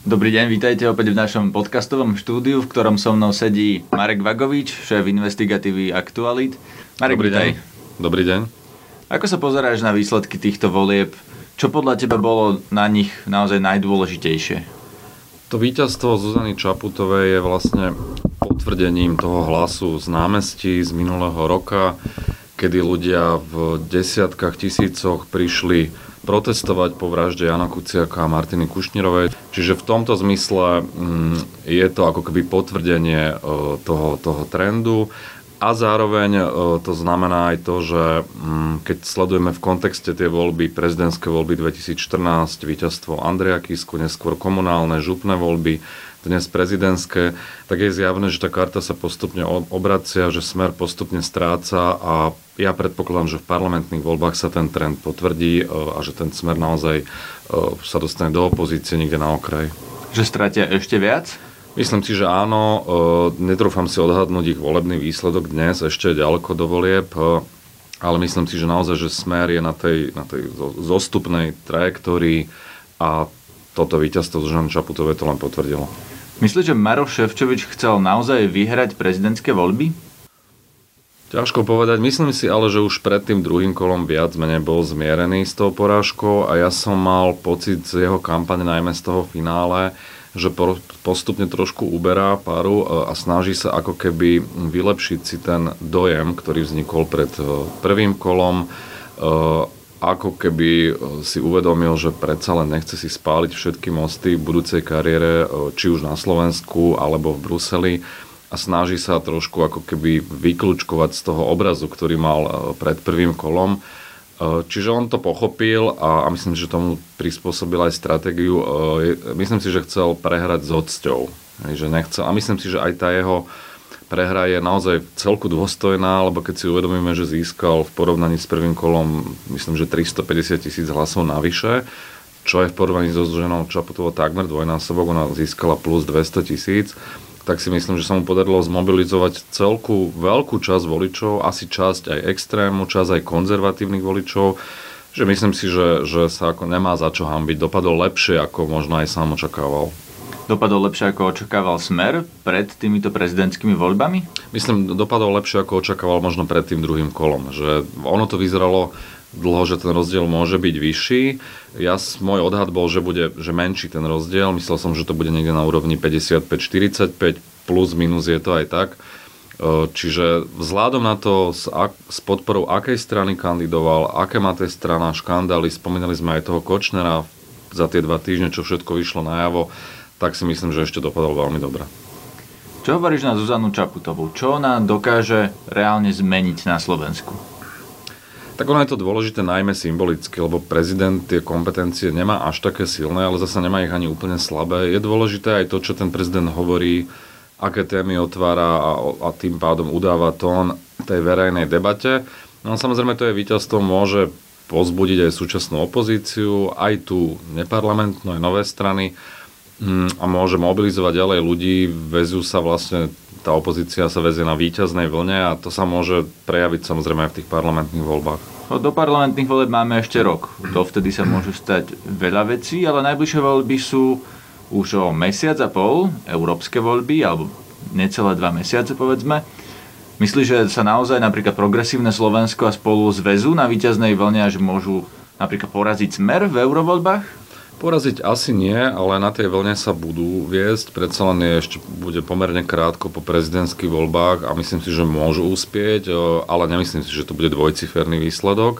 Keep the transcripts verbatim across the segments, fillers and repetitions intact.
Dobrý deň, vítajte opäť v našom podcastovom štúdiu, v ktorom so mnou sedí Marek Vagovič, šéf investigatívy Aktualit. Marek, Dobrý vítaj. deň. Dobrý deň. Ako sa pozeráš na výsledky týchto volieb? Čo podľa teba bolo na nich naozaj najdôležitejšie? To víťazstvo Zuzany Čaputovej je vlastne potvrdením toho hlasu z námestí z minulého roka, kedy ľudia v desiatkách tisícoch prišli protestovať po vražde Jana Kuciaka a Martiny Kušnírovej. Čiže v tomto zmysle mm, je to ako keby potvrdenie e, toho, toho trendu a zároveň e, to znamená aj to, že mm, keď sledujeme v kontexte tie voľby, prezidentské voľby dvetisícštrnásť, víťazstvo Andreja Kisku, neskôr komunálne, župné voľby, dnes prezidentské, tak je zjavné, že tá karta sa postupne obracia, že Smer postupne stráca a ja predpokladám, že v parlamentných voľbách sa ten trend potvrdí a že ten Smer naozaj sa dostane do opozície niekde na okraj. Že stratia ešte viac? Myslím si, že áno. Netrúfam si odhadnúť ich volebný výsledok dnes, ešte ďaleko do volieb, ale myslím si, že naozaj, že Smer je na tej, na tej zostupnej trajektórii a toto víťazstvo Zuzany Čaputovej to len potvrdilo. Myslíš, že Maroš Šefčovič chcel naozaj vyhrať prezidentské voľby? Ťažko povedať. Myslím si ale, že už pred tým druhým kolom viac menej bol zmierený s tou porážkou a ja som mal pocit z jeho kampane, najmä z toho finále, že postupne trošku uberá paru a snaží sa ako keby vylepšiť si ten dojem, ktorý vznikol pred prvým kolom. Ako keby si uvedomil, že predsa len nechce si spáliť všetky mosty v budúcej kariére, či už na Slovensku alebo v Bruseli a snaží sa trošku ako keby vyklúčkovať z toho obrazu, ktorý mal pred prvým kolom. Čiže on to pochopil a, a myslím, že tomu prispôsobil aj stratégiu. Myslím si, že chcel prehrať s odsťou. Že nechcel, a myslím si, že aj tá jeho prehra je naozaj celku dôstojná, lebo keď si uvedomíme, že získal v porovnaní s prvým kolom, myslím, že tristopäťdesiat tisíc hlasov navyše, čo je v porovnaní so Zuzanou Čaputovou takmer dvojnásobok, ona získala plus dvesto tisíc, tak si myslím, že sa mu podarilo zmobilizovať celku veľkú časť voličov, asi časť aj extrému, časť aj konzervatívnych voličov, že myslím si, že, že sa ako nemá za čo hanbiť, dopadol lepšie, ako možno aj sám očakával. Dopadol lepšie, ako očakával Smer pred týmito prezidentskými voľbami? Myslím, dopadol lepšie, ako očakával možno pred tým druhým kolom. Že ono to vyzeralo dlho, že ten rozdiel môže byť vyšší. Ja, môj odhad bol, že bude že menší ten rozdiel. Myslel som, že to bude niekde na úrovni päťdesiatpäť štyridsaťpäť, plus minus je to aj tak. Čiže vzhľadom na to, s, ak, s podporou akej strany kandidoval, aké má tej strana škandály, spomínali sme aj toho Kočnera za tie dva týždne, čo všetko vyšlo najavo, tak si myslím, že ešte dopadol veľmi dobre. Čo hovoríš na Zuzanu Čaputovú? Čo ona dokáže reálne zmeniť na Slovensku? Tak ono je to dôležité najmä symbolicky, lebo prezident tie kompetencie nemá až také silné, ale zase nemá ich ani úplne slabé. Je dôležité aj to, čo ten prezident hovorí, aké témy otvára a, a tým pádom udáva tón tej verejnej debate. No samozrejme to je víťazstvo, môže povzbudiť aj súčasnú opozíciu, aj tú neparlamentnú, aj nové strany, a môže mobilizovať ďalej ľudí, vezú sa vlastne, tá opozícia sa vezie na víťaznej vlne a to sa môže prejaviť samozrejme aj v tých parlamentných voľbách. Do parlamentných volieb máme ešte rok. Dovtedy sa môže stať veľa vecí, ale najbližšie voľby sú už o mesiac a pol, európske voľby, alebo necelé dva mesiace povedzme. Myslíš, že sa naozaj napríklad progresívne Slovensko a Spolu zväzú na víťaznej vlne a že môžu napríklad poraziť Smer v eurovoľbách? Poraziť asi nie, ale na tej vlne sa budú viesť. Predsa len je, ešte bude pomerne krátko po prezidentských voľbách a myslím si, že môžu uspieť, ale nemyslím si, že to bude dvojciferný výsledok.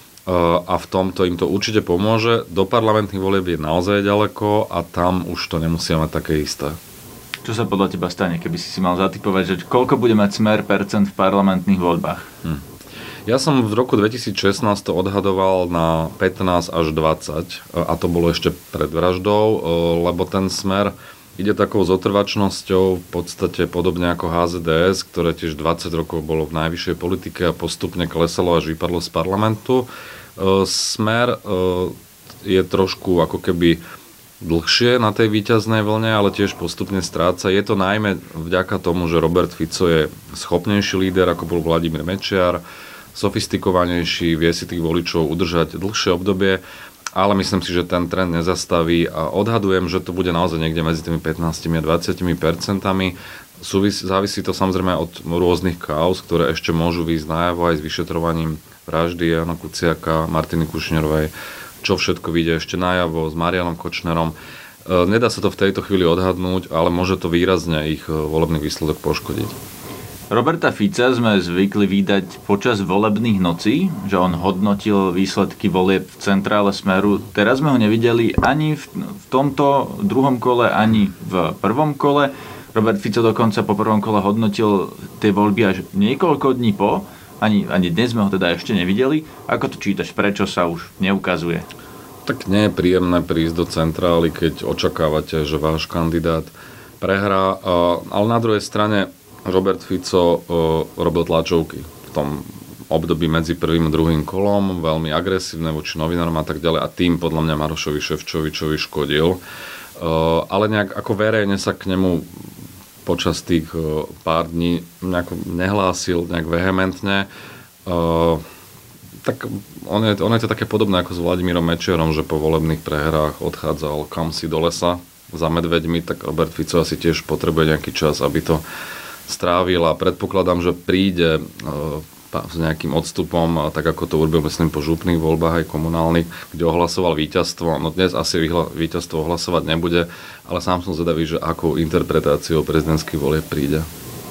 A v tomto im to určite pomôže. Do parlamentných volieb je naozaj ďaleko a tam už to nemusia mať také isté. Čo sa podľa teba stane, keby si si mal zatipovať, že koľko bude mať Smer percent v parlamentných voľbách? Hm. Ja som v roku dvetisícšestnásť to odhadoval na pätnásť až dvadsať a to bolo ešte pred vraždou, lebo ten Smer ide takou zotrvačnosťou v podstate podobne ako há zet dé es, ktoré tiež dvadsať rokov bolo v najvyššej politike a postupne klesalo až vypadlo z parlamentu. Smer je trošku ako keby dlhšie na tej víťaznej vlne, ale tiež postupne stráca. Je to najmä vďaka tomu, že Robert Fico je schopnejší líder, ako bol Vladimír Mečiar, sofistikovanejší, vie si tých voličov udržať dlhšie obdobie ale myslím si, že ten trend nezastaví a odhadujem, že to bude naozaj niekde medzi tými pätnásť a dvadsať percentami. Súvis, závisí to samozrejme od rôznych kauz, ktoré ešte môžu výjsť najavo aj s vyšetrovaním vraždy Jána Kuciaka, Martiny Kušnírovej, čo všetko vyjde ešte najavo s Marianom Kočnerom. Nedá sa to v tejto chvíli odhadnúť, ale môže to výrazne ich volebný výsledok poškodiť. Roberta Fica sme zvykli vidieť počas volebných nocí, že on hodnotil výsledky volieb v centrále Smeru. Teraz sme ho nevideli ani v, v tomto druhom kole, ani v prvom kole. Robert Fico dokonca po prvom kole hodnotil tie voľby až niekoľko dní po. Ani, ani dnes sme ho teda ešte nevideli. Ako to čítaš? Prečo sa už neukazuje? Tak nie je príjemné prísť do centrály, keď očakávate, že váš kandidát prehrá. Ale na druhej strane Robert Fico robil tlačovky v tom období medzi prvým a druhým kolom, veľmi agresívne voči novinárom a tak ďalej a tým podľa mňa Marošovi Šefčovičovi škodil. Ale nejak ako verejne sa k nemu počas tých pár dní nejako nehlásil nejak vehementne. Tak on je, on je to také podobné ako s Vladimírom Mečiarom, že po volebných prehrách odchádzal kamsi do lesa za medveďmi, tak Robert Fico asi tiež potrebuje nejaký čas, aby to strávil a predpokladám, že príde s nejakým odstupom, tak ako to urobil, myslím, po župných voľbách aj komunálnych, kde ohlasoval víťazstvo. No dnes asi víťazstvo ohlasovať nebude, ale sám som zvedavý, že akou interpretáciou prezidentských volieb príde.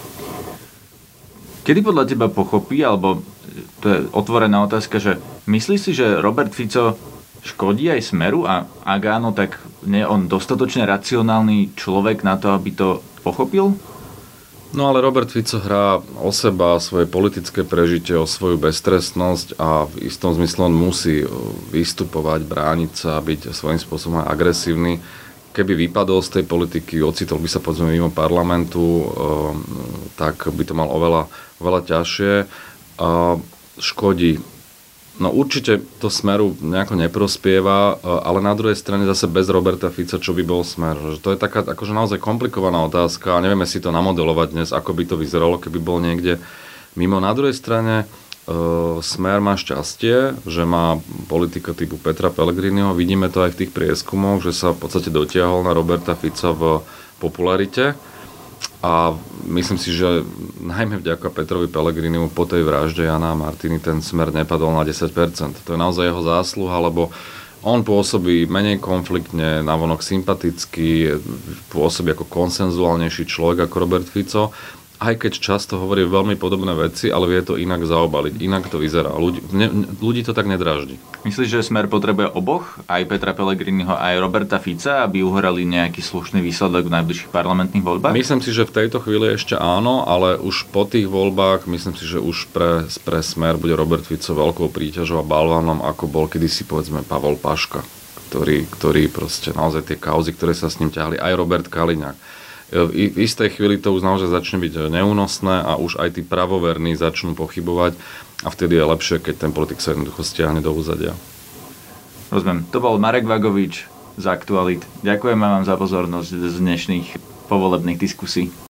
Kedy podľa teba pochopí, alebo to je otvorená otázka, že myslíš si, že Robert Fico škodí aj Smeru a ak áno, tak nie je on dostatočne racionálny človek na to, aby to pochopil? No ale Robert Fico hrá o seba, o svoje politické prežitie, o svoju beztrestnosť a v istom zmysle on musí vystupovať, brániť sa, byť svojím spôsobom aj agresívny. Keby vypadol z tej politiky, ocitol by sa povedzme mimo parlamentu, tak by to mal oveľa, oveľa ťažšie. Škodí. No určite to Smeru nejako neprospieva, ale na druhej strane zase bez Roberta Fica, čo by bol Smer. Že to je taká akože naozaj komplikovaná otázka a nevieme si to namodelovať dnes, ako by to vyzeralo, keby bol niekde mimo. Na druhej strane Smer má šťastie, že má politika typu Petra Pellegriniho. Vidíme to aj v tých prieskumoch, že sa v podstate dotiahol na Roberta Fica v popularite. A myslím si, že najmä vďaka Petrovi Pellegrinimu po tej vražde Jana a Martiny ten Smer nepadol na desať percent. To je naozaj jeho zásluha, lebo on pôsobí menej konfliktne, navonok sympaticky, pôsobí ako konsenzuálnejší človek ako Robert Fico, aj keď často hovorí veľmi podobné veci, ale vie to inak zaobaliť, inak to vyzerá. Ľudí, ne, ľudí to tak nedráždi. Myslíš, že Smer potrebuje oboch, aj Petra Pellegriniho, aj Roberta Fica, aby uhrali nejaký slušný výsledok v najbližších parlamentných voľbách? Myslím si, že v tejto chvíli ešte áno, ale už po tých voľbách myslím si, že už pre, pre Smer bude Robert Fico veľkou príťažou a balvánom, ako bol kedysi povedzme Pavol Paška, ktorý, ktorý proste naozaj tie kauzy, ktoré sa s ním ťahli, aj Robert Kaliňák. V istej chvíli to už naozaj začne byť neúnosné a už aj tí pravoverní začnú pochybovať a vtedy je lepšie, keď ten politik sa jednoducho stiahne do úzadia. Rozumiem. To bol Marek Vagovič z Aktualit. Ďakujem vám za pozornosť z dnešných povolebných diskusí.